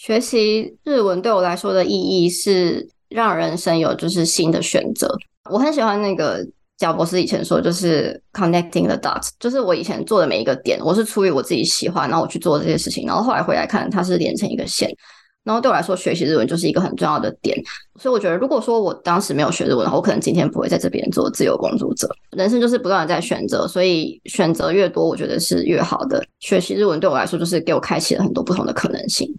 学习日文对我来说的意义是让人生有就是新的选择。我很喜欢那个贾博士以前说就是 connecting the dots， 就是我以前做的每一个点，我是出于我自己喜欢，然后我去做这些事情，然后后来回来看它是连成一个线。然后对我来说，学习日文就是一个很重要的点，所以我觉得，如果说我当时没有学日文的话，我可能今天不会在这边做自由工作者。人生就是不断的在选择，所以选择越多，我觉得是越好的。学习日文对我来说，就是给我开启了很多不同的可能性。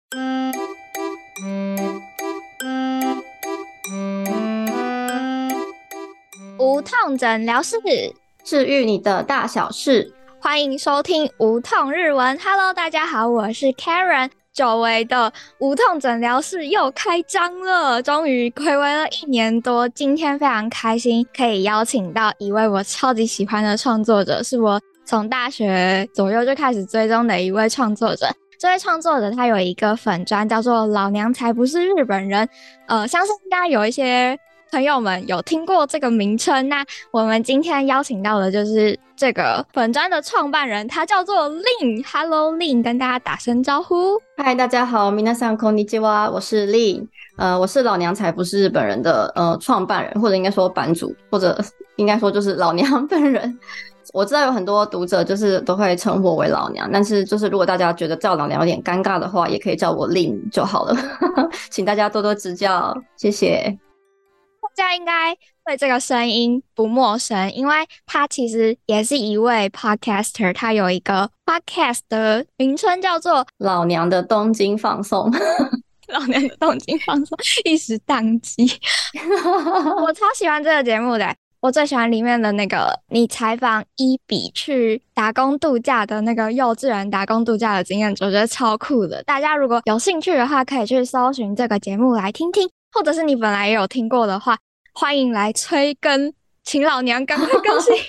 无痛诊疗室， 治愈你的大小事， 欢迎收听无痛日文。Hello， 大家好，我是 Karen。久违的无痛诊疗室又开张了，终于睽违了1年多。今天非常开心，可以邀请到一位我超级喜欢的创作者，是我从大学左右就开始追踪的一位创作者。这位创作者他有一个粉专叫做老娘才不是日本人，相信应该有一些朋友们有听过这个名称。那我们今天邀请到的就是这个粉专的创办人，他叫做 Lin。Hello Lin， 跟大家打声招呼。 嗨，大家好，皆さんこんにちは，我是 Lin。我是老娘才不是日本人的创办人，或者应该说版主，或者应该说就是老娘本人。我知道有很多读者就是都会称呼我为老娘，但是就是如果大家觉得叫老娘有点尴尬的话，也可以叫我 Lin 就好了。请大家多多指教，谢谢。 大家应该对这个声音不陌生，因为他其实也是一位 podcaster， 他有一个 podcast 的名称叫做老娘的东京放送。 老娘的东京放送，一时宕机。我超喜欢这个节目的，我最喜欢里面的那个你采访一比去打工度假的那个幼稚园打工度假的经验，我觉得超酷的。大家如果有兴趣的话，可以去搜寻这个节目来听听，或者是你本来也有听过的话，欢迎来催更，请老娘赶快更新。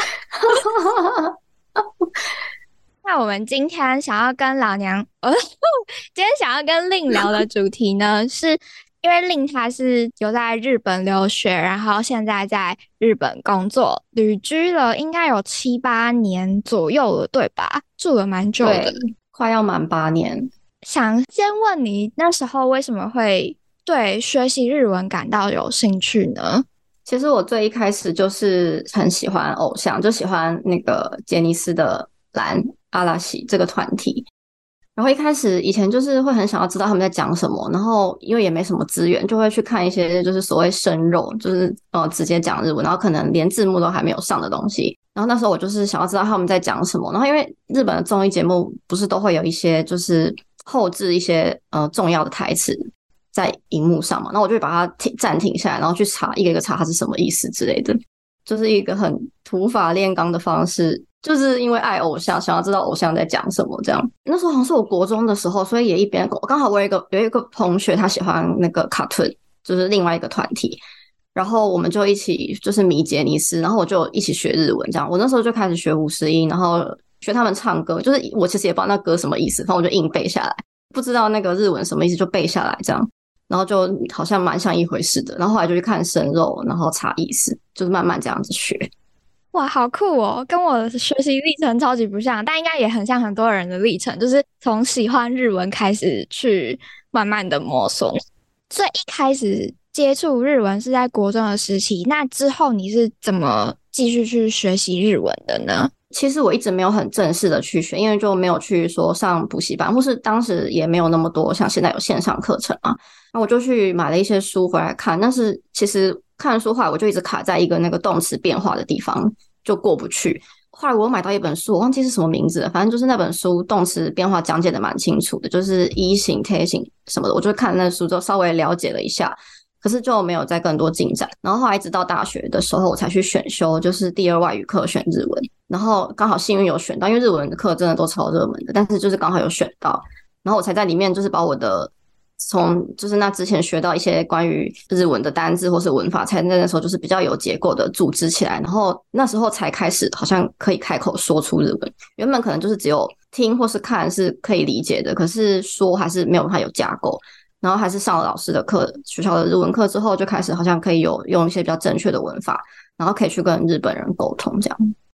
那我们今天想要跟老娘，今天想要跟Lin聊的主题呢，是因为Lin他是有在日本留学，然后现在在日本工作，旅居了应该有7、8年左右了，对吧？住了蛮久的， 对，快要满8年。 想先问你，那时候为什么会对学习日文感到有兴趣呢？ 其实我最一开始就是很喜欢偶像，就喜欢那个杰尼斯的蓝阿拉西这个团体。然后一开始以前就是会很想要知道他们在讲什么，然后因为也没什么资源，就会去看一些就是所谓生肉，就是直接讲日文，然后可能连字幕都还没有上的东西。然后那时候我就是想要知道他们在讲什么，然后因为日本的综艺节目不是都会有一些就是后置一些重要的台词在荧幕上嘛，然后我就会把它暂停下来，然后去查一个一个查它是什么意思之类的，就是一个很土法炼钢的方式，就是因为爱偶像，想要知道偶像在讲什么这样。那时候好像是我国中的时候，所以也一边刚好我有一个同学他喜欢那个 KAT-TUN， 就是另外一个团体，然后我们就一起就是迷杰尼斯，然后我就一起学日文这样。我那时候就开始学50音，然后学他们唱歌，就是我其实也不知道那歌什么意思，反正我就硬背下来，不知道那个日文什么意思就背下来这样。然后就好像蛮像一回事的，然后后来就去看生肉，然后查意思，就是慢慢这样子学。 哇，好酷哦！跟我的学习历程超级不像，但应该也很像很多人的历程，就是从喜欢日文开始去慢慢的摸索。所以一开始接触日文是在国中的时期，那之后你是怎么继续去学习日文的呢？ 其实我一直没有很正式的去学，因为就没有去说上补习班，或是当时也没有那么多像现在有线上课程啊。那我就去买了一些书回来看，但是其实看书后来我就一直卡在一个那个动词变化的地方，就过不去。后来我买到一本书，我忘记是什么名字了，反正就是那本书动词变化讲解的蛮清楚的，就是一型、t 型什么的，我就看那书之后稍微了解了一下。可是就没有再更多进展，然后后来一直到大学的时候我才去选修，就是第2外语课选日文，然后刚好幸运有选到，因为日文的课真的都超热门的，但是就是刚好有选到，然后我才在里面就是把我的从就是那之前学到一些关于日文的单字或是文法，才在那时候就是比较有结构的组织起来，然后那时候才开始好像可以开口说出日文，原本可能就是只有听或是看是可以理解的，可是说还是没有办法有架构。然后还是上了老师的课，学校的日文课之后，就开始好像可以用一些比较正确的文法，然后可以去跟日本人沟通这样。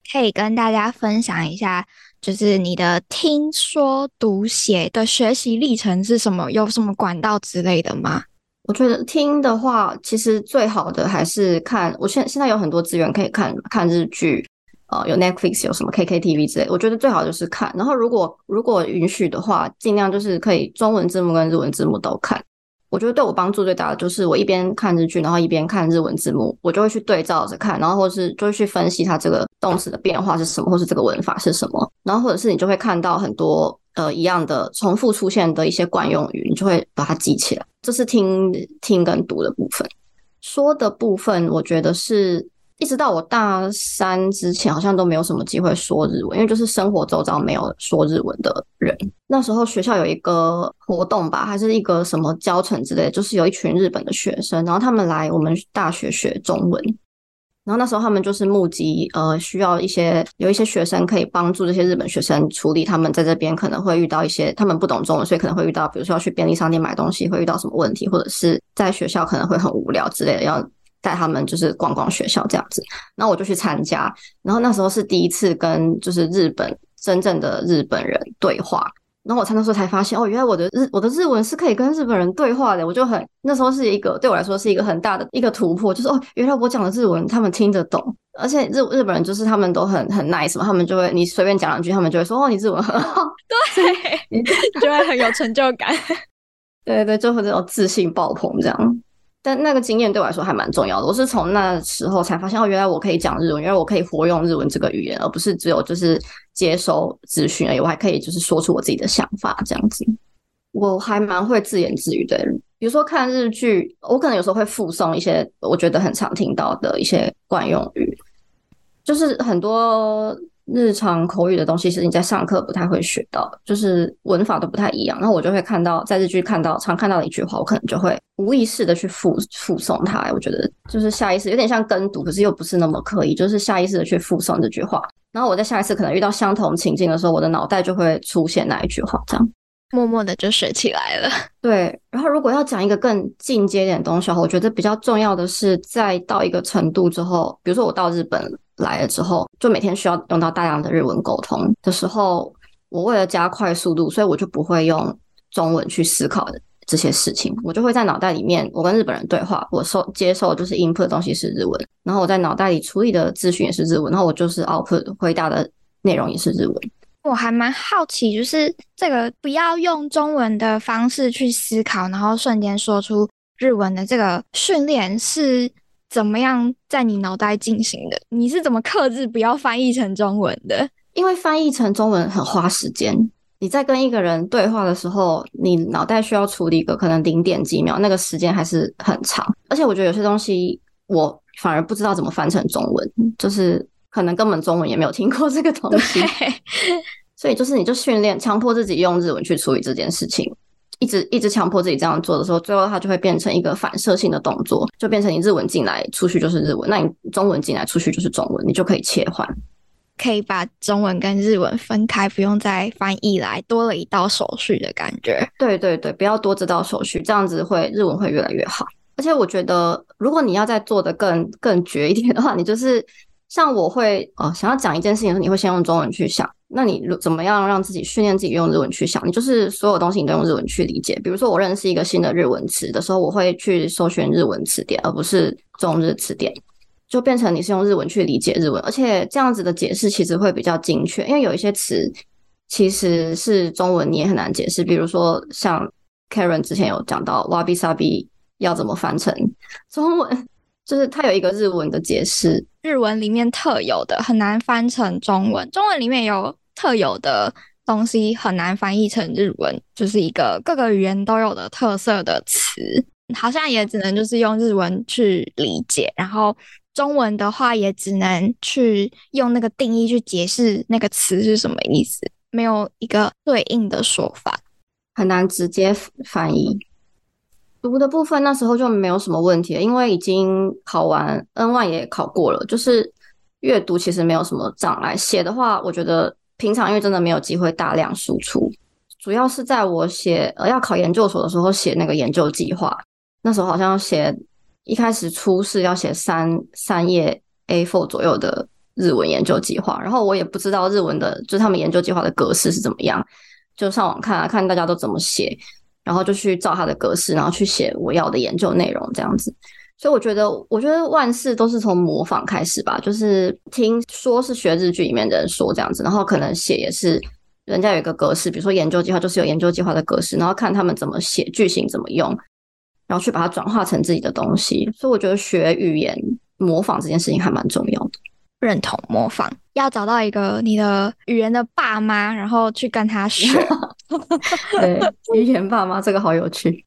可以跟大家分享一下，就是你的听说读写的学习历程是什么？有什么管道之类的吗？ 我觉得听的话，其实最好的还是看。我现在有很多资源可以看日剧，有 Netflix， 有什么 KKTV 之类的。我觉得最好就是看。然后如果允许的话，尽量就是可以中文字幕跟日文字幕都看。我觉得对我帮助最大的就是我一边看日剧，然后一边看日文字幕，我就会去对照着看，然后或是就会去分析它这个动词的变化是什么，或是这个文法是什么，然后或者是你就会看到很多一样的重复出现的一些惯用语，你就会把它记起来。这是听跟读的部分。说的部分，我觉得是一直到我大三之前，好像都没有什么机会说日文，因为就是生活周遭没有说日文的人。那时候学校有一个活动吧，还是一个什么教程之类的，就是有一群日本的学生，然后他们来我们大学学中文。然后那时候他们就是募集需要有一些学生可以帮助这些日本学生处理他们在这边可能会遇到一些他们不懂中文，所以可能会遇到比如说要去便利商店买东西会遇到什么问题，或者是在学校可能会很无聊之类的，要带他们就是逛逛学校这样子。然后我就去参加，然后那时候是第一次跟就是真正的日本人对话。然后我参加的时候才发现，原来我的日文是可以跟日本人对话的。我就那时候是对我来说是一个很大的一个突破，就是原来我讲的日文他们听得懂，而且日本人就是他们都很 nice 嘛，他们就会你随便讲两句，他们就会说你日文很好， 对，你就会很有成就感。 对对，就会这种自信爆棚这样。但那个经验对我来说还蛮重要的，我是从那时候才发现原来我可以讲日文，原来我可以活用日文这个语言，而不是只有就是接收资讯而已，我还可以就是说出我自己的想法这样子。我还蛮会自言自语的，比如说看日剧，我可能有时候会附送一些我觉得很常听到的一些惯用语，就是很多日常口语的东西是你在上课不太会学到，就是文法都不太一样。然后我就会在日剧常看到的一句话，我可能就会无意识的去附送它。我觉得就是下意识有点像跟读，可是又不是那么刻意，就是下意识的去附送这句话。然后我在下一次可能遇到相同情境的时候，我的脑袋就会出现那一句话，这样默默的就学起来了。 对，然后如果要讲一个更进阶一点的东西，我觉得比较重要的是，在到一个程度之后，比如说我到日本来了之后，就每天需要用到大量的日文沟通的时候，我为了加快速度，所以我就不会用中文去思考这些事情，我就会在脑袋里面，我跟日本人对话，我接受就是 input 的东西是日文，然后我在脑袋里处理的资讯也是日文，然后我就是 output 回答的内容也是日文。 我还蛮好奇，就是这个不要用中文的方式去思考，然后瞬间说出日文的这个训练是怎么样在你脑袋进行的？你是怎么克制不要翻译成中文的？ 因为翻译成中文很花时间，你在跟一个人对话的时候，你脑袋需要处理个可能0点几秒，那个时间还是很长。而且我觉得有些东西我反而不知道怎么翻成中文，就是可能根本中文也没有听过这个东西。所以就是你就训练强迫自己用日文去处理这件事情，一直强迫自己这样做的时候，最后它就会变成一个反射性的动作，就变成你日文进来出去就是日文，那你中文进来出去就是中文，你就可以切换， 可以把中文跟日文分开，不用再翻译来，多了一道手续的感觉。 对对对，不要多这道手续，这样子日文会越来越好。而且我觉得如果你要再做的更绝一点的话，你就是像我会想要讲一件事情的时候，你会先用中文去想，那你怎么样让自己训练自己用日文去想？你就是所有东西你都用日文去理解。比如说我认识一个新的日文词的时候，我会去搜寻日文词典，而不是中日词典，就变成你是用日文去理解日文，而且这样子的解释其实会比较精确，因为有一些词其实是中文你也很难解释，比如说像 Karen 之前有讲到 wabi sabi 要怎么翻成中文，就是它有一个日文的解释， 日文里面特有的很难翻成中文，中文里面有特有的东西很难翻译成日文，就是一个各个语言都有的特色的词，好像也只能就是用日文去理解，然后中文的话也只能去用那个定义去解释那个词是什么意思，没有一个对应的说法， 很难直接翻译。读的部分那时候就没有什么问题了，因为已经考完 N1 也考过了，就是阅读其实没有什么障碍。写的话我觉得平常因为真的没有机会大量输出，主要是在我要考研究所的时候写那个研究计划，那时候好像一开始初试要写三页 A4 左右的日文研究计划，然后我也不知道日文的就是他们研究计划的格式是怎么样，就上网看看大家都怎么写，然后就去照他的格式，然后去写我要的研究内容这样子。所以我觉得万事都是从模仿开始吧，就是听说是学日剧里面的人说这样子，然后可能写也是人家有一个格式，比如说研究计划就是有研究计划的格式，然后看他们怎么写，句型怎么用，然后去把它转化成自己的东西。所以我觉得学语言模仿这件事情还蛮重要的。 认同模仿，要找到一个你的语言的爸妈，然后去跟他学。 对，语言爸妈这个好有趣。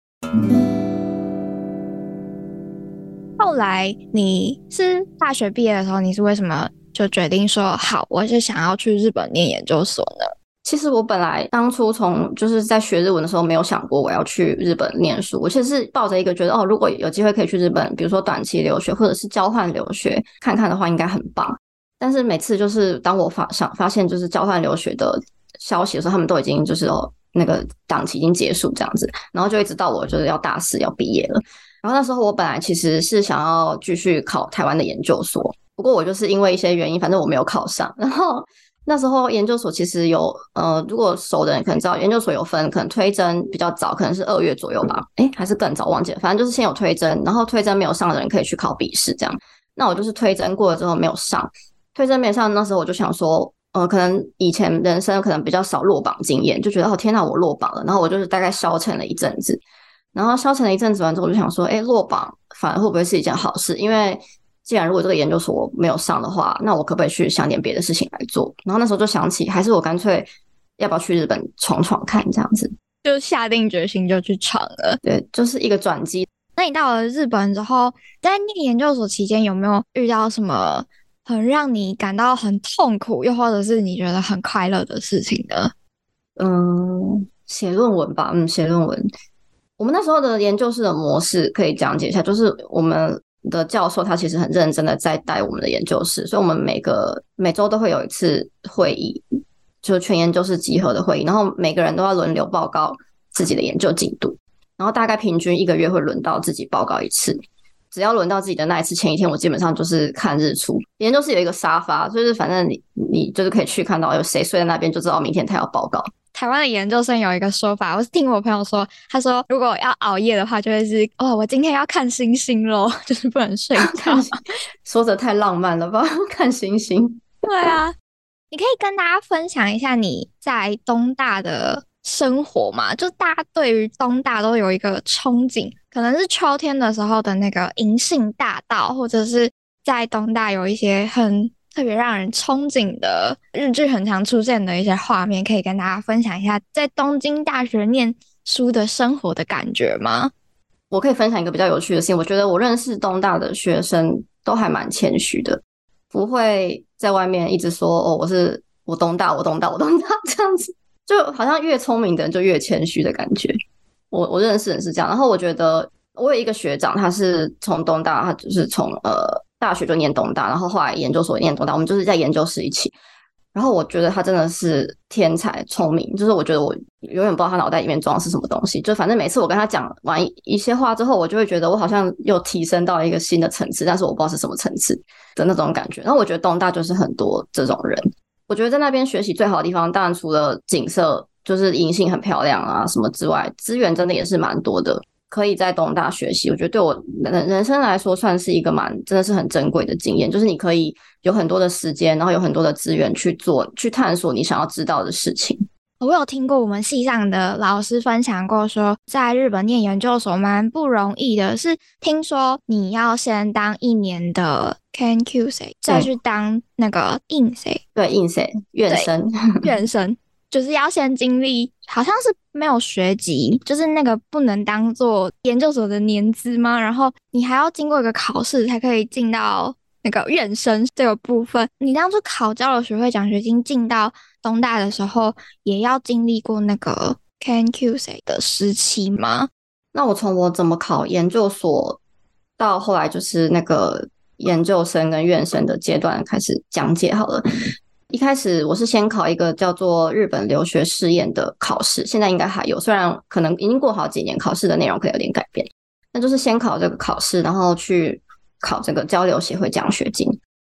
后来你是大学毕业的时候，你是为什么就决定说好，我是想要去日本念研究所呢？ 其实我本来当初就是在学日文的时候没有想过我要去日本念书，我其实是抱着一个觉得如果有机会可以去日本，比如说短期留学或者是交换留学看看的话应该很棒。但是每次就是当我发现就是交换留学的消息的时候，他们都已经就是那个档期已经结束这样子，然后就一直到我就是要大四要毕业了。然后那时候我本来其实是想要继续考台湾的研究所，不过我就是因为一些原因，反正我没有考上。然后那时候研究所其实有如果熟的人可能知道，研究所有分可能推甄比较早，可能是2月左右吧，还是更早忘记了，反正就是先有推甄，然后推甄没有上的人可以去考笔试这样。那我就是推甄过了之后没有上，推甄没上，那时候我就想说可能以前人生可能比较少落榜经验，就觉得天哪我落榜了，然后我就是大概消沉了一阵子。然后消沉了一阵子完之后，我就想说落榜反而会不会是一件好事，因为既然如果这个研究所我没有上的话，那我可不可以去想点别的事情来做。然后那时候就想起还是我干脆要不要去日本闯闯看这样子， 就下定决心就去闯了。 对，就是一个转机。 那你到了日本之后，在念研究所期间有没有遇到什么很让你感到很痛苦又或者是你觉得很快乐的事情呢？ 写论文吧，写论文。我们那时候的研究室的模式可以讲解一下，就是我们的教授他其实很认真的在带我们的研究室，所以我们每周都会有一次会议，就是全研究室集合的会议，然后每个人都要轮流报告自己的研究进度，然后大概平均1个月会轮到自己报告一次。只要轮到自己的那一次，前一天我基本上就是看日出。研究室有一个沙发，就是反正你就是可以去看到有谁睡在那边，就知道明天他要报告。 台湾的研究生有一个说法，我是听我朋友说，他说如果要熬夜的话，就会是我今天要看星星咯，就是不能睡觉。 说着太浪漫了吧，看星星。 对啊，你可以跟大家分享一下你在东大的生活嘛？就大家对于东大都有一个憧憬，可能是秋天的时候的那个银杏大道，或者是在东大有一些很特别让人憧憬的日剧很常出现的一些画面，可以跟大家分享一下在东京大学念书的生活的感觉吗？ 我可以分享一个比较有趣的事情，我觉得我认识东大的学生都还蛮谦虚的，不会在外面一直说我东大这样子，就好像越聪明的人就越谦虚的感觉。我认识人是这样，然后我觉得我有一个学长，他是从东大，他就是从大学就念东大，然后后来研究所念东大，我们就是在研究室一起。然后我觉得他真的是天才聪明，就是我觉得我永远不知道他脑袋里面装的是什么东西，就反正每次我跟他讲完一些话之后，我就会觉得我好像又提升到一个新的层次，但是我不知道是什么层次的那种感觉。然后我觉得东大就是很多这种人，我觉得在那边学习最好的地方，当然除了景色就是银杏很漂亮啊什么之外，资源真的也是蛮多的，可以在东大学习。我觉得对我人生来说算是一个真的是很珍贵的经验，就是你可以有很多的时间，然后有很多的资源去探索你想要知道的事情。 我有听过我们系上的老师分享过说，在日本念研究所蛮不容易的，是听说你要先当1年的 KenkyuSei， 再去当那个Insei， 对Insei院生院生，就是要先经历，好像是没有学籍，就是那个不能当做研究所的年资吗？然后你还要经过一个考试才可以进到那个院生这个部分。你当初考交流学会奖学金进到东大的时候，也要经历过那个 KenkyuSei 的时期吗？ 那我从我怎么考研究所到后来就是那个研究生跟院生的阶段开始讲解好了。一开始我是先考一个叫做日本留学试验的考试，现在应该还有，虽然可能已经过好几年，考试的内容可能有点改变，那就是先考这个考试，然后去考这个交流协会奖学金。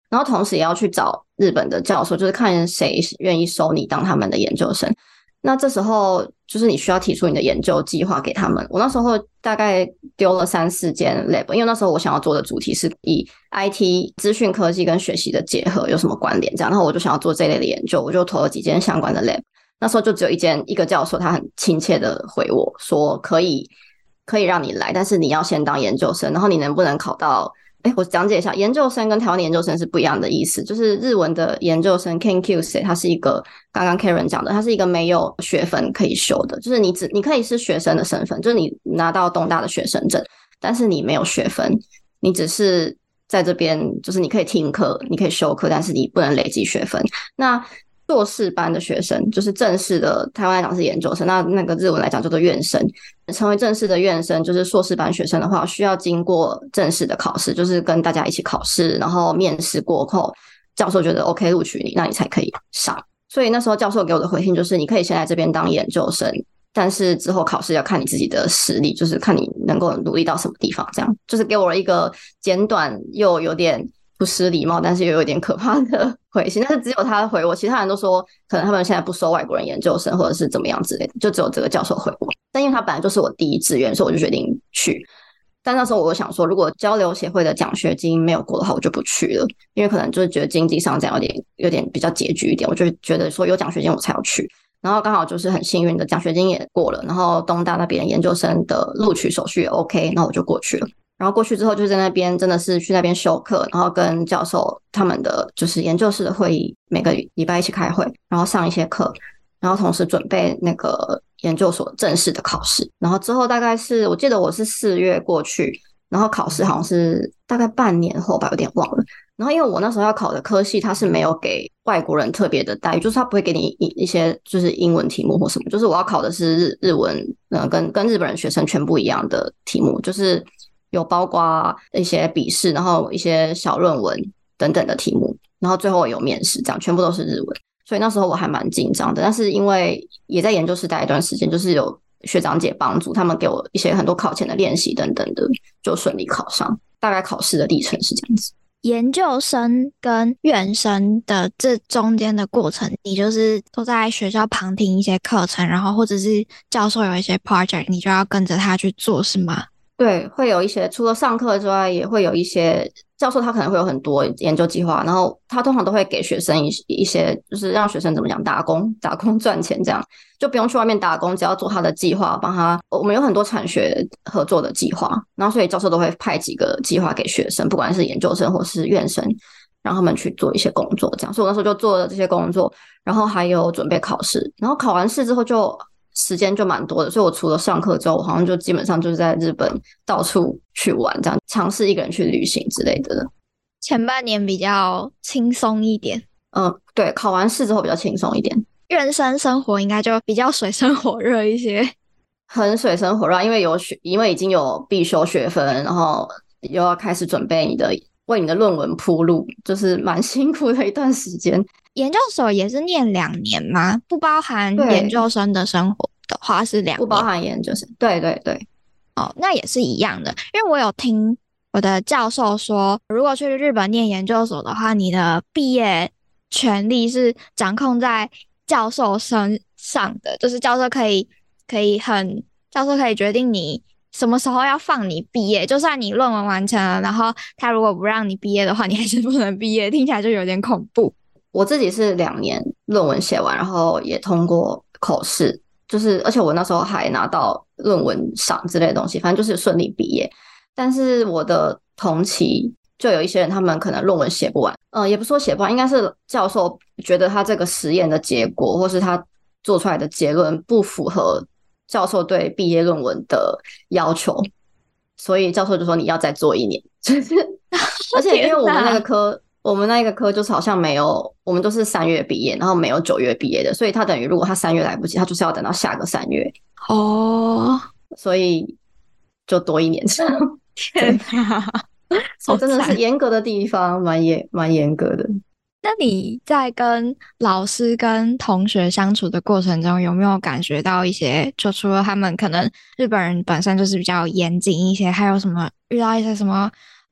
然后同时也要去找日本的教授，就是看谁愿意收你当他们的研究生。那这时候就是你需要提出你的研究计划给他们。我那时候大概丢了3-4间 lab， 因为那时候我想要做的主题是以 IT 资讯科技跟学习的结合有什么关联这样，然后我就想要做这一类的研究，我就投了几间相关的 lab。那时候就只有一个教授，他很亲切的回我说可以让你来，但是你要先当研究生，然后你能不能考到我讲解一下，研究生跟台湾的研究生是不一样的意思。就是日文的研究生 Kenkyusei， 它是一个刚刚 Karen 讲的，它是一个没有学分可以修的，就是你可以是学生的身份，就是你拿到东大的学生证，但是你没有学分，你只是在这边，就是你可以听课，你可以修课，但是你不能累积学分。那硕士班的学生就是正式的，台湾来讲是研究生，那个日文来讲叫做院生。成为正式的院生，就是硕士班学生的话，需要经过正式的考试，就是跟大家一起考试，然后面试过后，教授觉得 OK 录取你，那你才可以上。所以那时候教授给我的回信就是，你可以先来这边当研究生，但是之后考试要看你自己的实力，就是看你能够努力到什么地方，这样就是给我了一个简短又有点不失礼貌，但是又有点可怕的回信。但是只有他回我，其他人都说可能他们现在不收外国人研究生或者是怎么样之类的，就只有这个教授回我。但因为他本来就是我第一志愿，所以我就决定去。但那时候我就想说，如果交流协会的奖学金没有过的话，我就不去了，因为可能就是觉得经济上这样有点比较拮据一点，我就觉得说有奖学金我才要去。然后刚好就是很幸运的，奖学金也过了，然后东大那边研究生的录取手续也 OK， 然后我就过去了。然后过去之后就在那边真的是去那边修课，然后跟教授他们的就是研究室的会议，每个礼拜一起开会，然后上一些课，然后同时准备那个研究所正式的考试。然后之后大概是我记得我是4月过去，然后考试好像是大概半年后吧，有点忘了。然后因为我那时候要考的科系它是没有给外国人特别的待遇，就是他不会给你一些就是英文题目或什么，就是我要考的是日文跟日本人学生全部一样的题目，就是有包括一些笔试，然后一些小论文等等的题目，然后最后有面试，这样全部都是日文。所以那时候我还蛮紧张的，但是因为也在研究室待一段时间，就是有学长姐帮助，他们给我一些很多考前的练习等等的，就顺利考上。大概考试的历程是这样子。 研究生跟院生的这中间的过程，你就是都在学校旁听一些课程，然后或者是教授有一些 project， 你就要跟着他去做，是吗？ 对，会有一些除了上课之外，也会有一些教授他可能会有很多研究计划，然后他通常都会给学生一些就是让学生怎么讲打工赚钱，这样就不用去外面打工，只要做他的计划，帮他。我们有很多产学合作的计划，然后所以教授都会派几个计划给学生，不管是研究生或是院生，让他们去做一些工作，这样。所以我那时候就做了这些工作，然后还有准备考试，然后考完试之后就时间就蛮多的，所以我除了上课之后，我好像就基本上就是在日本到处去玩，这样尝试一个人去旅行之类的。 前半年比较轻松一点， 对，考完试之后比较轻松一点。 院生生活应该就比较水深火热一些， 很水深火热，因为已经有必修学分，然后又要开始准备为你的论文铺路，就是蛮辛苦的一段时间。 研究所也是念2年吗？不包含研究生的生活的话是2年， 不包含研究生。对对对。 哦，那也是一样的。因为我有听我的教授说，如果去日本念研究所的话，你的毕业权利是掌控在教授身上的，就是教授可以决定你什么时候要放你毕业，就算你论文完成了，然后他如果不让你毕业的话，你还是不能毕业，听起来就有点恐怖。 我自己是2年论文写完，然后也通过口试，就是而且我那时候还拿到论文赏之类的东西，反正就是顺利毕业。但是我的同期就有一些人，他们可能论文写不完，也不是说写不完，应该是教授觉得他这个实验的结果或是他做出来的结论不符合教授对毕业论文的要求，所以教授就说你要再做1年，就是而且因为我们那个科就是好像没有，我们都是3月毕业，然后没有9月毕业的，所以他等于如果他3月来不及，他就是要等到下个3月哦， 所以就多1年。 天哪， 所以真的是严格的地方，蛮严格的。 那你在跟老师跟同学相处的过程中，有没有感觉到一些，就除了他们可能日本人本身就是比较严谨一些，还有什么遇到一些什么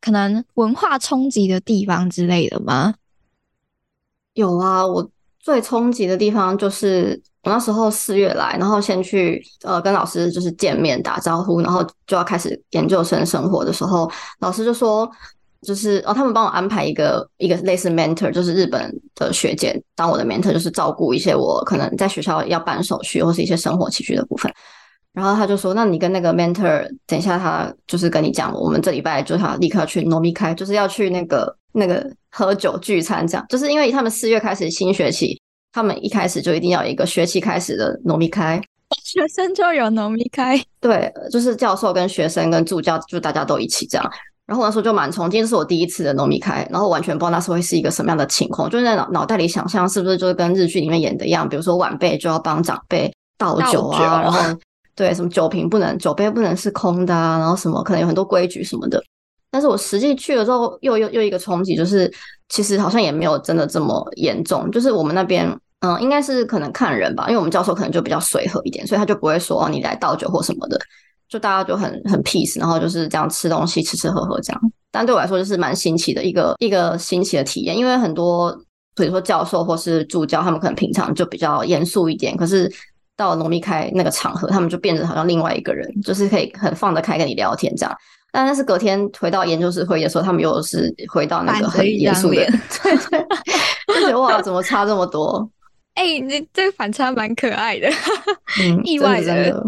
可能文化冲击的地方之类的吗？ 有啊，我最冲击的地方就是我那时候4月来，然后先去跟老师就是见面打招呼，然后就要开始研究生生活的时候，老师就说就是他们帮我安排一个类似 mentor，就是日本的学姐当我的 mentor，就是照顾一些我可能在学校要办手续或是一些生活起居的部分。然后他就说，那你跟那个 mentor 等一下，他就是跟你讲，我们这礼拜就要立刻去 nomikai，就是要去那个喝酒聚餐，这样就是因为他们4月开始新学期，他们一开始就一定要有一个学期开始的 nomikai， 学生就有农民开。 对，就是教授跟学生跟助教就大家都一起这样。然后我那时候就蛮冲击，这是我第一次的 nomikai，然后完全不知道那时候会是一个什么样的情况，就是在脑袋里想象是不是就是跟日剧里面演的一样，比如说晚辈就要帮长辈倒酒啊，然后对什么酒杯不能是空的啊，然后什么可能有很多规矩什么的。但是我实际去了之后，又一个冲击，就是其实好像也没有真的这么严重。就是我们那边，应该是可能看人吧，因为我们教授可能就比较随和一点，所以他就不会说你来倒酒或什么的，就大家就很 peace， 然后就是这样吃东西，吃吃喝喝这样。但对我来说，就是蛮新奇的一个新奇的体验，因为很多比如说教授或是助教，他们可能平常就比较严肃一点，可是到了农密开那个场合，他们就变成好像另外一个人，就是可以很放得开跟你聊天这样。但是隔天回到研究室会议的时候，他们又是回到那个很严肃的，对对，就觉得哇，怎么差这么多？ 你这个反差蛮可爱的，意外的。 真的。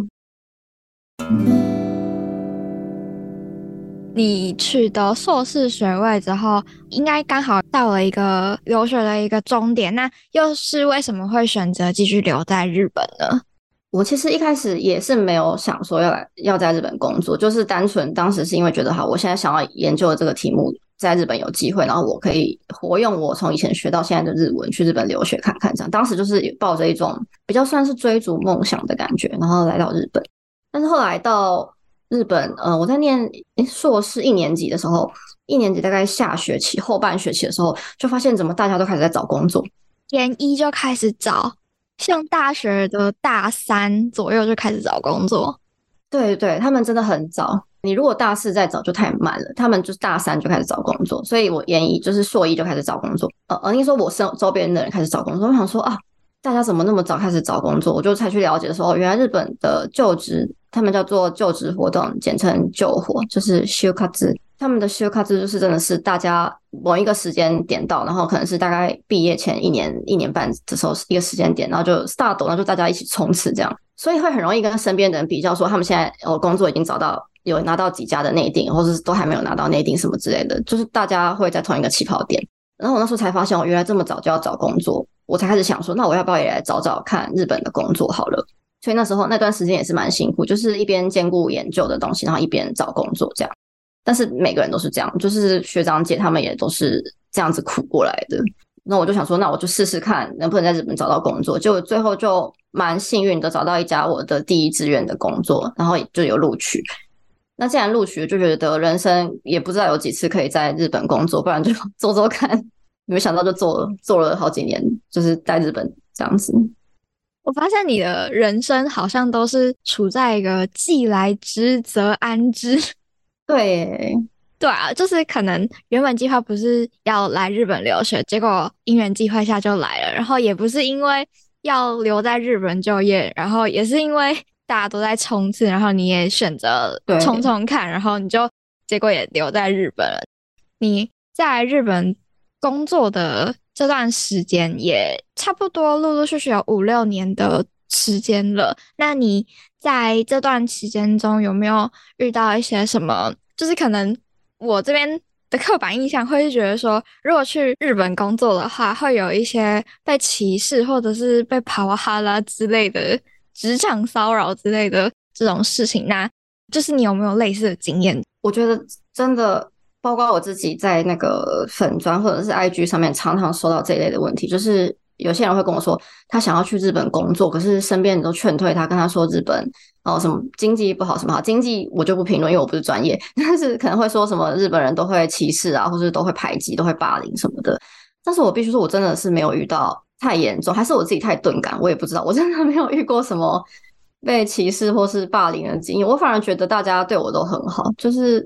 你取得硕士学位之后，应该刚好到了一个留学的一个终点，那又是为什么会选择继续留在日本呢？ 我其实一开始也是没有想说要在日本工作，就是单纯当时是因为觉得好，我现在想要研究的这个题目在日本有机会，然后我可以活用我从以前学到现在的日文去日本留学看看，这样当时就是抱着一种比较算是追逐梦想的感觉，然后来到日本。但是后来到日本，我在念硕士1年级的时候，1年级大概下学期后半学期的时候，就发现怎么大家都开始在找工作， 研一就开始找。像大学的大3左右就开始找工作， 对对，他们真的很早。你如果大4再找就太慢了，他们就是大3就开始找工作，所以我研一就是硕一就开始找工作。应该说我周边的人开始找工作，我想说啊，大家怎么那么早开始找工作？我就才去了解的时候，原来日本的就职，他们叫做就职活动，简称就活，就是就活。他们的就活就是真的是大家某一个时间点到，然后可能是大概毕业前1年半的时候一个时间点，然后就 start， 然后就大家一起冲刺这样，所以会很容易跟身边的人比较说，他们现在工作已经找到有拿到几家的内定，或是都还没有拿到内定什么之类的，就是大家会在同一个起跑点。然后我那时候才发现，原来这么早就要找工作，我才开始想说，那我要不要也来找找看日本的工作好了。所以那时候那段时间也是蛮辛苦，就是一边兼顾研究的东西，然后一边找工作这样。但是每个人都是这样，就是学长姐他们也都是这样子苦过来的。那我就想说，那我就试试看能不能在日本找到工作。结果最后就蛮幸运的找到一家我的第一志愿的工作，然后就有录取。那既然录取了，就觉得人生也不知道有几次可以在日本工作，不然就做做看。没想到就做了好几年，就是在日本这样子。 我发现你的人生好像都是处在一个既来之则安之。对啊，就是可能原本计划不是要来日本留学，结果因缘际会下就来了，然后也不是因为要留在日本就业，然后也是因为大家都在冲刺，然后你也选择冲冲看，然后你就结果也留在日本了。你在日本工作的这段时间也差不多陆陆续续有5-6年的时间了，那你在这段期间中有没有遇到一些什么，就是可能我这边的刻板印象会是觉得说，如果去日本工作的话，会有一些被歧视或者是被帕瓦哈拉之类的职场骚扰之类的这种事情，那就是你有没有类似的经验？ 我觉得真的包括我自己在那个粉专或者是 IG 上面常常收到这一类的问题，就是有些人会跟我说他想要去日本工作，可是身边人都劝退他，跟他说日本什么经济不好什么好，经济我就不评论，因为我不是专业，但是可能会说什么日本人都会歧视啊，或者都会排挤，都会霸凌什么的。但是我必须说我真的是没有遇到太严重，还是我自己太钝感，我也不知道，我真的没有遇过什么被歧视或是霸凌的经验。我反而觉得大家对我都很好，就是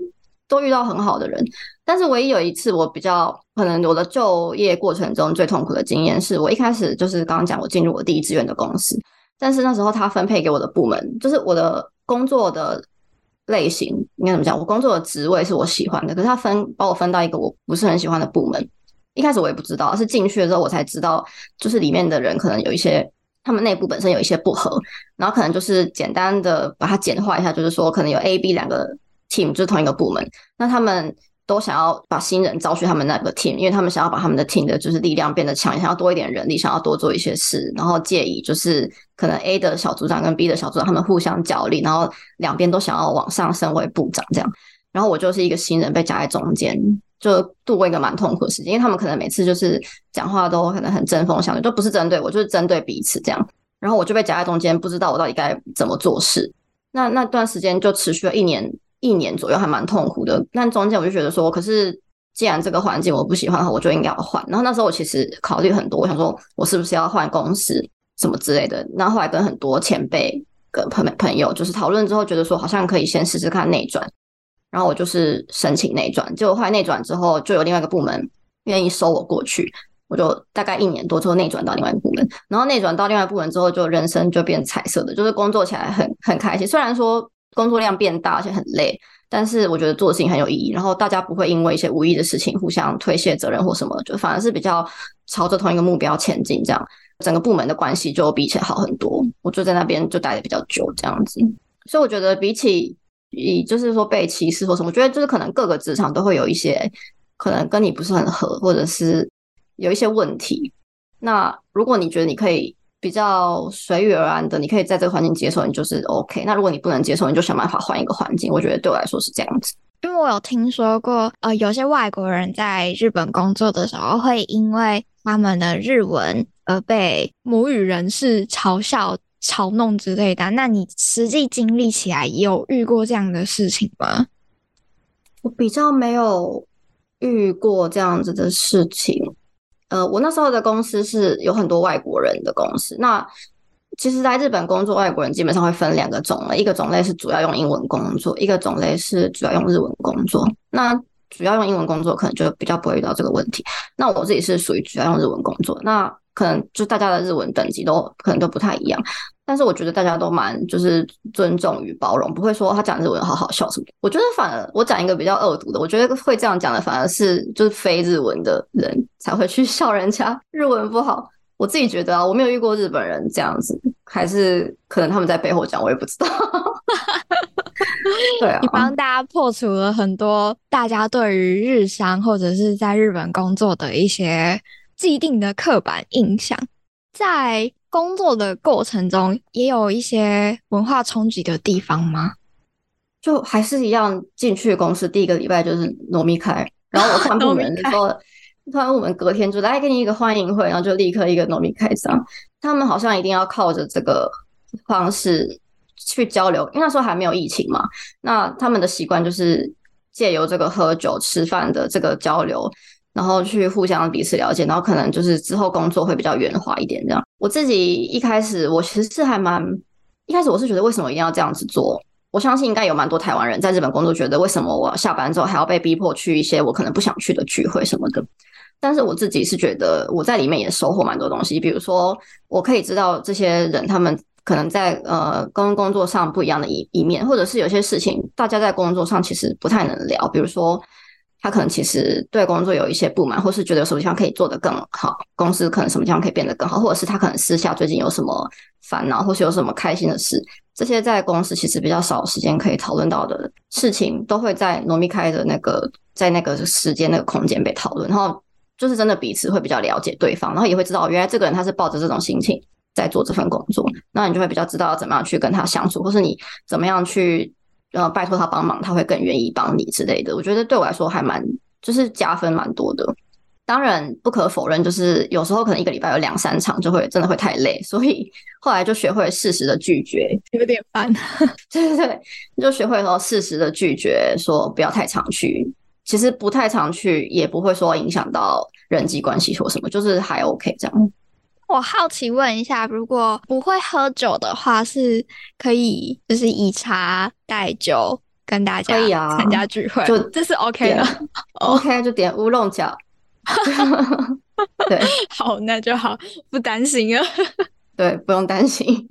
都遇到很好的人。但是唯一有一次我比较可能我的就业过程中最痛苦的经验是，我一开始就是刚刚讲我进入我第一志愿的公司，但是那时候他分配给我的部门，就是我的工作的类型应该怎么讲，我工作的职位是我喜欢的，可是他把我分到一个我不是很喜欢的部门。一开始我也不知道，是进去的时候我才知道，就是里面的人可能有一些他们内部本身有一些不合，然后可能就是简单的把它简化一下，就是说可能有 A、B 两个 team 就是同一个部门，那他们都想要把新人招去他们那个 team， 因为他们想要把他们的 team 的就是力量变得强，想要多一点人力，想要多做一些事，然后借以就是可能 A 的小组长跟 B 的小组长他们互相角力，然后两边都想要往上升为部长这样。然后我就是一个新人被夹在中间，就度过一个蛮痛苦的时间，因为他们可能每次就是讲话都可能很针锋相对，都不是针对我，就是针对彼此这样。然后我就被夹在中间，不知道我到底该怎么做事。那段时间就持续了一年左右，还蛮痛苦的。但中间我就觉得说，可是既然这个环境我不喜欢的话，我就应该要换。然后那时候我其实考虑很多，我想说我是不是要换公司什么之类的。然后后来跟很多前辈跟朋友就是讨论之后，觉得说好像可以先试试看内转。然后我就是申请内转，结果后来内转之后，就有另外一个部门愿意收我过去，我就大概1年多之后内转到另外一个部门，然后内转到另外一个部门之后，就人生就变彩色的，就是工作起来很开心。虽然说工作量变大，而且很累，但是我觉得做的事情很有意义。然后大家不会因为一些无意的事情互相推卸责任或什么，就反而是比较朝着同一个目标前进，这样整个部门的关系就比以前好很多。我就在那边就待的比较久，这样子。所以我觉得比起就是说被歧视或什么，我觉得就是可能各个职场都会有一些可能跟你不是很合，或者是有一些问题。那如果你觉得你可以比较随遇而安的，你可以在这个环境接受，你就是 OK。那如果你不能接受，你就想办法换一个环境。我觉得对我来说是这样子。 因为我有听说过，有些外国人在日本工作的时候，会因为他们的日文而被母语人士嘲笑、嘲弄之类的。那你实际经历起来，有遇过这样的事情吗？ 我比较没有遇过这样子的事情。我那时候的公司是有很多外国人的公司。那其实在日本工作，外国人基本上会分2个种类，一个种类是主要用英文工作，一个种类是主要用日文工作。那主要用英文工作可能就比较不会遇到这个问题。那我自己是属于主要用日文工作，那可能就大家的日文等级都可能都不太一样，但是我觉得大家都蛮就是尊重与包容，不会说他讲日文好好笑什么的。我觉得反而我讲一个比较恶毒的，我觉得会这样讲的反而是就是非日文的人才会去笑人家日文不好。我自己觉得啊，我没有遇过日本人这样子，还是可能他们在背后讲，我也不知道。对啊， 你帮大家破除了很多大家对于日商或者是在日本工作的一些既定的刻板印象。在工作的过程中，也有一些文化冲击的地方吗？ 就还是一样，进去公司第1个礼拜就是糯米开，然后我换部门的时候，突然我们隔天就来给你一个欢迎会，然后就立刻一个糯米开这样。他们好像一定要靠着这个方式去交流，因为那时候还没有疫情嘛。那他们的习惯就是借由这个喝酒吃饭的这个交流，然后去互相彼此了解，然后可能就是之后工作会比较圆滑一点这样。我自己一开始我其实是一开始我是觉得为什么一定要这样子做。我相信应该有蛮多台湾人在日本工作，觉得为什么我下班之后还要被逼迫去一些我可能不想去的聚会什么的。但是我自己是觉得我在里面也收获蛮多东西，比如说我可以知道这些人他们可能在工作上不一样的一面，或者是有些事情大家在工作上其实不太能聊，比如说他可能其实对工作有一些不满，或是觉得有什么地方可以做得更好，公司可能什么地方可以变得更好，或者是他可能私下最近有什么烦恼，或是有什么开心的事，这些在公司其实比较少时间可以讨论到的事情，都会在糯米开的在那个时间那个空间被讨论，然后就是真的彼此会比较了解对方，然后也会知道原来这个人他是抱着这种心情在做这份工作，那你就会比较知道怎么样去跟他相处，或是你怎么样去拜托他帮忙，他会更愿意帮你之类的。我觉得对我来说还蛮就是加分蛮多的。当然不可否认，就是有时候可能1个礼拜有2-3场就会真的会太累，所以后来就学会适时的拒绝， 有点烦。 对对对，就学会说适时的拒绝，说不要太常去。其实不太常去也不会说影响到人际关系或什么，就是还 OK 这样。 我好奇问一下，如果不会喝酒的话，是可以就是以茶代酒跟大家可以啊， 参加聚会， 就这是 OK 的。 OK 就点乌龙脚。对， 好，那就好，不担心了。 对，不用担心。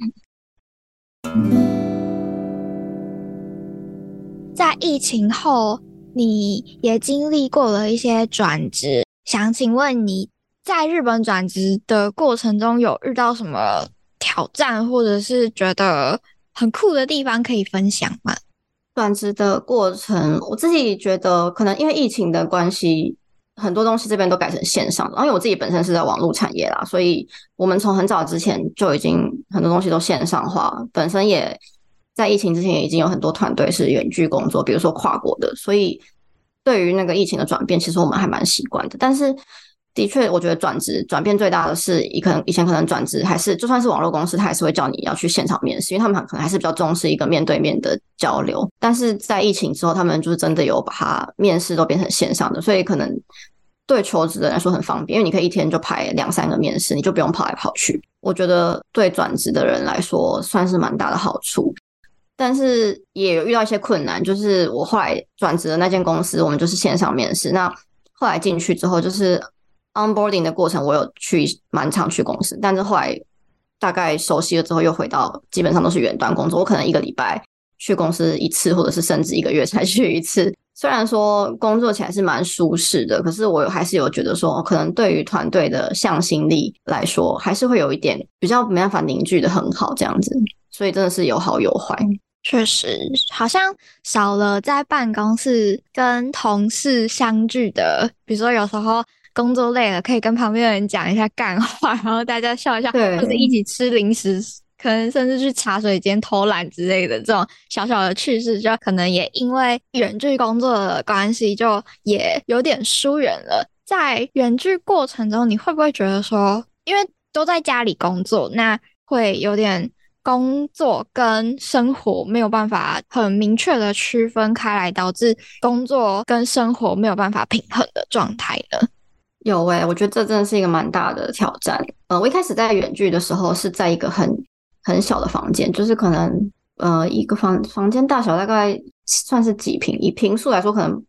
在疫情后，你也经历过了一些转职，想请问你在日本转职的过程中有遇到什么挑战，或者是觉得很酷的地方可以分享吗？ 转职的过程，我自己觉得可能因为疫情的关系，很多东西这边都改成线上了。因为我自己本身是在网络产业啦，所以我们从很早之前就已经很多东西都线上化，本身也在疫情之前也已经有很多团队是远距工作，比如说跨国的，所以对于那个疫情的转变，其实我们还蛮习惯的。但是的确，我觉得转变最大的是，以前可能转职还是就算是网络公司，他还是会叫你要去现场面试，因为他们可能还是比较重视一个面对面的交流。但是在疫情之后，他们就是真的有把它面试都变成线上的，所以可能对求职的人来说很方便，因为你可以一天就排2-3个面试，你就不用跑来跑去。我觉得对转职的人来说算是蛮大的好处。但是也有遇到一些困难，就是我后来转职的那间公司，我们就是线上面试。那后来进去之后，就是 onboarding 的过程，我有蛮常去公司，但是后来大概熟悉了之后，又回到基本上都是远端工作。我可能1个礼拜去公司1次，或者是甚至1个月才去1次。虽然说工作起来是蛮舒适的，可是我还是有觉得说，可能对于团队的向心力来说，还是会有一点比较没办法凝聚的很好这样子。所以真的是有好有坏。 确实，好像少了在办公室跟同事相聚的，比如说有时候工作累了，可以跟旁边的人讲一下干话，然后大家笑一笑，或者一起吃零食，可能甚至去茶水间偷懒之类的这种小小的趣事，就可能也因为远距工作的关系，就也有点疏远了。在远距过程中，你会不会觉得说，因为都在家里工作，那会有点工作跟生活没有办法很明确的区分开来，导致工作跟生活没有办法平衡的状态呢？ 有我觉得这真的是一个蛮大的挑战。我一开始在远距的时候是在一个很小的房间，就是可能一个房间大小大概算是几平，以平数来说可能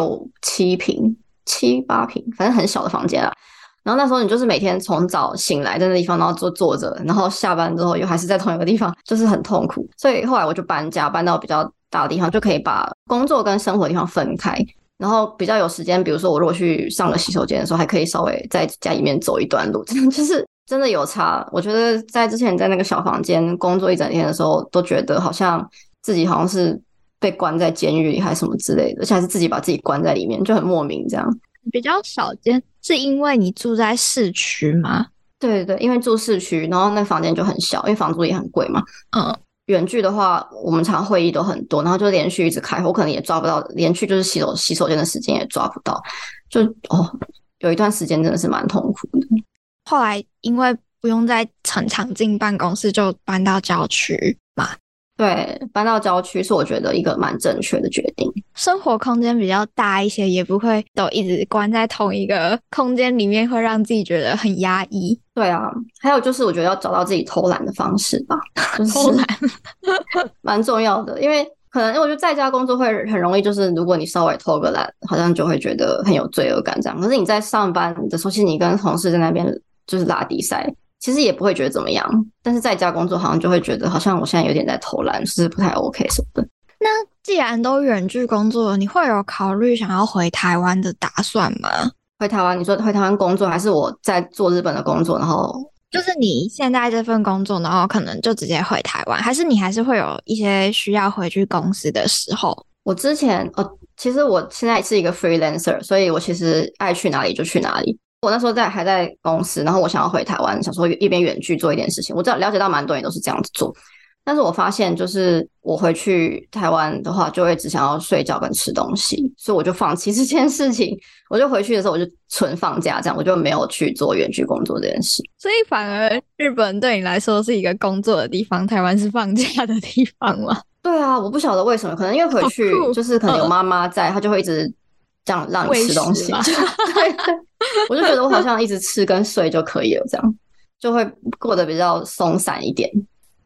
6-7平、7-8平，反正很小的房间啦。然后那时候你就是每天从早醒来在那地方，然后坐着，然后下班之后又还是在同一个地方，就是很痛苦。所以后来我就搬家，搬到比较大的地方，就可以把工作跟生活的地方分开，然后比较有时间。比如说我如果去上个洗手间的时候，还可以稍微在家里面走一段路，这样就是真的有差。我觉得在之前在那个小房间工作一整天的时候，都觉得好像自己好像是被关在监狱里还是什么之类的，而且还是自己把自己关在里面，就很莫名这样。 比较少见，是因为你住在市区吗？ 对对，因为住市区，然后那房间就很小，因为房租也很贵嘛。远距的话，我们常会议都很多，然后就连续一直开会，我可能也抓不到，连续就是洗手间的时间也抓不到，就有一段时间真的是蛮痛苦的。 后来因为不用再很常进办公室，就搬到郊区嘛。 对，搬到郊区是我觉得一个蛮正确的决定。 生活空间比较大一些，也不会都一直关在同一个空间里面，会让自己觉得很压抑。 对啊，还有就是我觉得要找到自己偷懒的方式吧，就是偷懒蛮重要的。因为可能我觉得在家工作会很容易，就是如果你稍微偷个懒，好像就会觉得很有罪恶感这样。可是你在上班的时候，其实你跟同事在那边就是拉低赛，其实也不会觉得怎么样。但是在家工作好像就会觉得好像我现在有点在偷懒，是不太 OK 什么的。 那既然都远距工作了，你会有考虑想要回台湾的打算吗？ 回台湾，你说回台湾工作，还是我在做日本的工作，然后就是你现在这份工作，然后可能就直接回台湾，还是你还是会有一些需要回去公司的时候？ 我之前其实我现在是一个 freelancer， 所以我其实爱去哪里就去哪里。我那时候还在公司，然后我想要回台湾，想说一边远距做一点事情。我了解到蛮多人都是这样子做，但是我发现就是我回去台湾的话，就会只想要睡觉跟吃东西，所以我就放弃这件事情。我就回去的时候我就纯放假，这样我就没有去做远距工作这件事。 所以反而日本对你来说是一个工作的地方，台湾是放假的地方吗？ 对啊，我不晓得为什么，可能因为回去就是可能有妈妈在，她就会一直这样让你吃东西。对，我就觉得我好像一直吃跟睡就可以了，这样就会过得比较松散一点。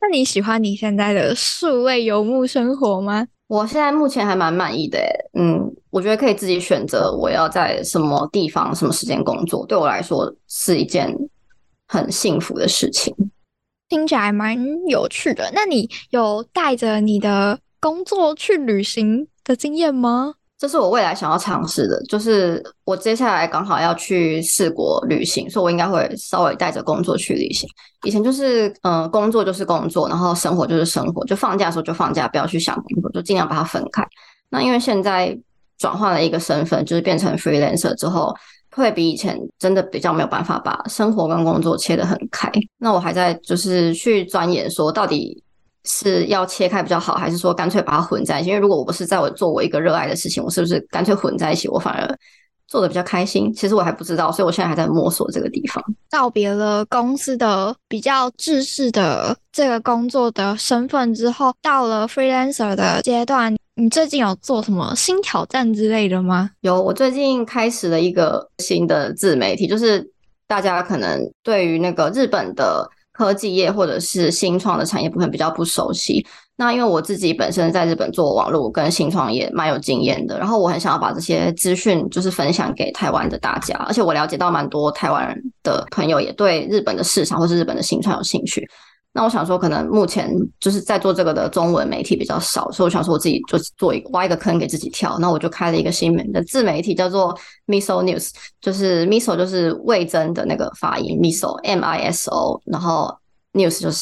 那你喜欢你现在的数位游牧生活吗？ 我现在目前还蛮满意的耶，我觉得可以自己选择我要在什么地方、什么时间工作，对我来说是一件很幸福的事情。 听起来蛮有趣的。那你有带着你的工作去旅行的经验吗？ 这是我未来想要尝试的，就是我接下来刚好要去4国旅行，所以我应该会稍微带着工作去旅行。以前就是工作就是工作，然后生活就是生活，就放假的时候就放假，不要去想工作，就尽量把它分开。那因为现在转换了一个身份，就是变成 freelancer 之后，会比以前真的比较没有办法把生活跟工作切得很开。那我还在就是去钻研说到底是要切开比较好，还是说干脆把它混在一起？因为如果我不是在做我一个热爱的事情，我是不是干脆混在一起，我反而做的比较开心？其实我还不知道，所以我现在还在摸索这个地方。 告别了公司的比较制式的这个工作的身份之后，到了 freelancer 的阶段，你最近有做什么新挑战之类的吗？ 有，我最近开始了一个新的自媒体，就是大家可能对于那个日本的科技业或者是新创的产业部分比较不熟悉。那因为我自己本身在日本做网络跟新创业蛮有经验的，然后我很想要把这些资讯就是分享给台湾的大家，而且我了解到蛮多台湾人的朋友也对日本的市场或是日本的新创有兴趣。那我想说可能目前就是在做这个的中文媒体比较少，所以我想说我自己就挖一个坑给自己跳，那我就开了一个新的自媒体叫做 Miso News， 就是 Miso 就是味噌的那个发音 Miso MISO， 然后 News 就是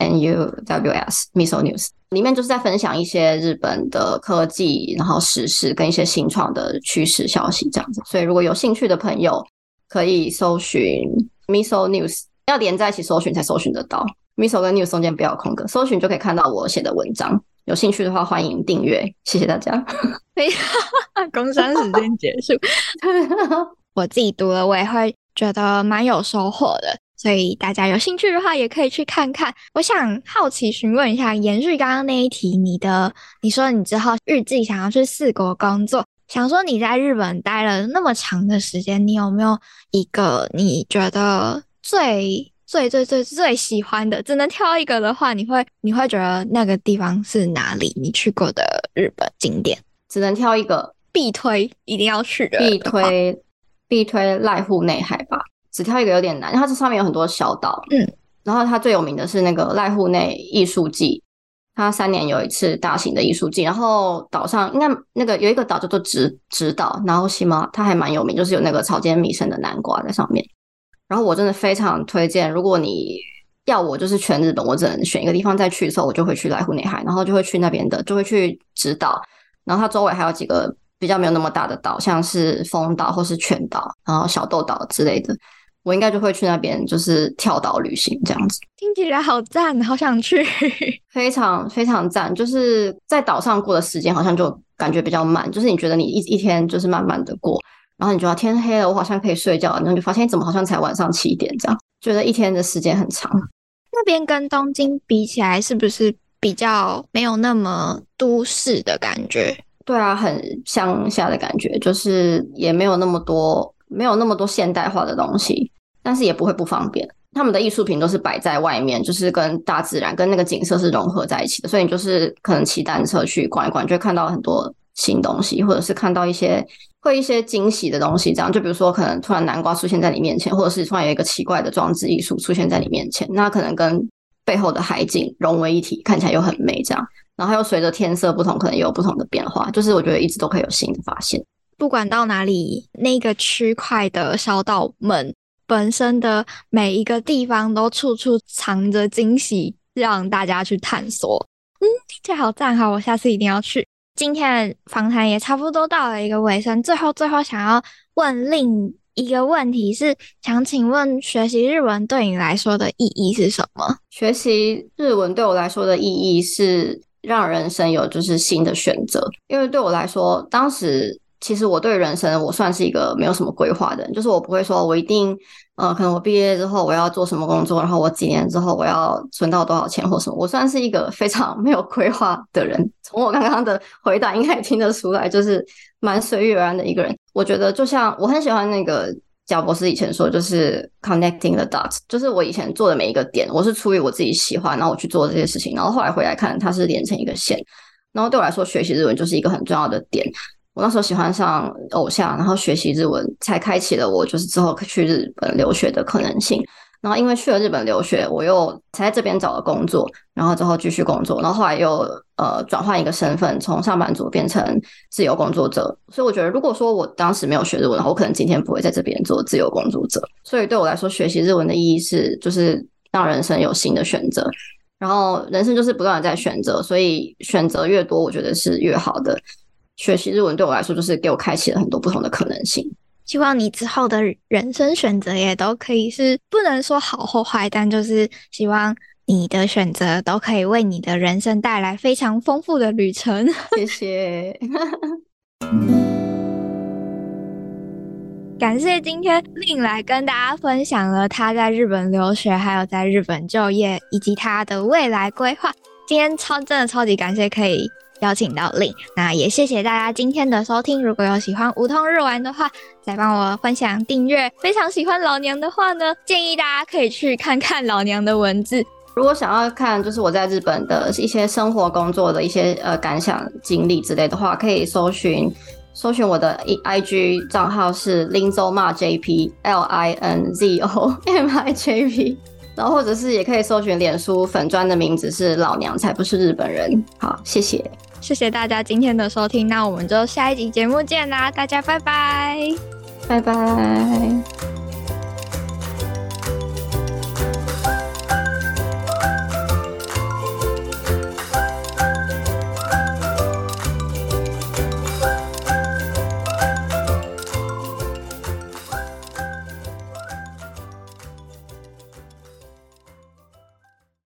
NUWS Miso News， 里面就是在分享一些日本的科技然后时事跟一些新创的趋势消息这样子。所以如果有兴趣的朋友可以搜寻 Miso News， 要连在一起搜寻才搜寻得到，Miso 跟 News 中间不要有空格，搜寻就可以看到我写的文章。有兴趣的话，欢迎订阅，谢谢大家。 工商时间结束。我自己读了，我也会觉得蛮有收获的，所以大家有兴趣的话，也可以去看看。我想好奇询问一下，延续刚刚那一题，你说你之后预计想要去4国工作，想说你在日本待了那么长的时间，你有没有一个你觉得最喜欢的，只能挑一个的话，你会觉得那个地方是哪里？你去过的日本景点， 只能挑一个， 必推一定要去的， 必推濑户内海吧。只挑一个有点难，因为它这上面有很多小岛，然后它最有名的是那个濑户内艺术季，它3年有一次大型的艺术季，然后岛上应该那个有一个岛叫做直岛，然后西马它还蛮有名，就是有那个草间弥生的南瓜在上面。然后我真的非常推荐，如果你要我就是全日本，我只能选一个地方再去的时候，我就会去濑户内海，然后就会去那边的，就会去直岛，然后它周围还有几个比较没有那么大的岛，像是丰岛或是全岛，然后小豆岛之类的，我应该就会去那边就是跳岛旅行这样子。 听起来好赞，好想去。 非常非常赞，就是在岛上过的时间好像就感觉比较慢，就是你觉得你一天就是慢慢的过，然后你觉得天黑了我好像可以睡觉，然后就发现怎么好像才晚上7点这样，觉得一天的时间很长。 那边跟东京比起来是不是比较没有那么都市的感觉？ 对啊，很乡下的感觉，就是也没有那么多现代化的东西，但是也不会不方便。他们的艺术品都是摆在外面，就是跟大自然跟那个景色是融合在一起的，所以你就是可能骑单车去逛一逛，就会看到很多新东西，或者是看到一些惊喜的东西，这样就比如说可能突然南瓜出现在你面前，或者是突然有一个奇怪的装置艺术出现在你面前，那可能跟背后的海景融为一体，看起来又很美这样。然后还有随着天色不同，可能也有不同的变化，就是我觉得一直都可以有新的发现。 不管到哪里，那个区块的小岛们本身的每一个地方都处处藏着惊喜，让大家去探索。听起来好赞，好，我下次一定要去。今天的访谈也差不多到了一个尾声，最后想要问另一个问题是，想请问学习日文对你来说的意义是什么？ 学习日文对我来说的意义是让人生有就是新的选择，因为对我来说，当时其实我对人生我算是一个没有什么规划的人，就是我不会说我一定可能我毕业之后我要做什么工作，然后我几年之后我要存到多少钱或什么，我算是一个非常没有规划的人。从我刚刚的回答应该也听得出来，就是蛮随遇而安的一个人。我觉得就像我很喜欢那个贾博士以前说，就是 connecting the dots， 就是我以前做的每一个点，我是出于我自己喜欢，然后我去做这些事情，然后后来回来看，它是连成一个线。然后对我来说，学习日文就是一个很重要的点。我那时候喜欢上偶像，然后学习日文，才开启了我就是之后去日本留学的可能性。然后因为去了日本留学，我又才在这边找了工作，然后之后继续工作，然后后来又转换一个身份，从上班族变成自由工作者。所以我觉得，如果说我当时没有学日文，我可能今天不会在这边做自由工作者。所以对我来说，学习日文的意义是，就是让人生有新的选择。然后人生就是不断的在选择，所以选择越多，我觉得是越好的。学习日文对我来说，就是给我开启了很多不同的可能性。 希望你之后的人生选择也都可以是不能说好或坏，但就是希望你的选择都可以为你的人生带来非常丰富的旅程。 谢谢。 感谢今天Lin来跟大家分享了他在日本留学，还有在日本就业，以及他的未来规划。今天真的超级感谢可以邀请到Lin，那也谢谢大家今天的收听。如果有喜欢无痛日玩的话，再帮我分享订阅。非常喜欢老娘的话呢，建议大家可以去看看老娘的文字。 如果想要看就是我在日本的一些生活工作的一些感想经历之类的话，可以搜寻我的 IG 账号是 linzomajp LINZOMIJP， 然后或者是也可以搜寻脸书粉专的名字是老娘才不是日本人。好，谢谢大家今天的收听，那我们就下一集节目见啦，大家拜拜， 拜拜。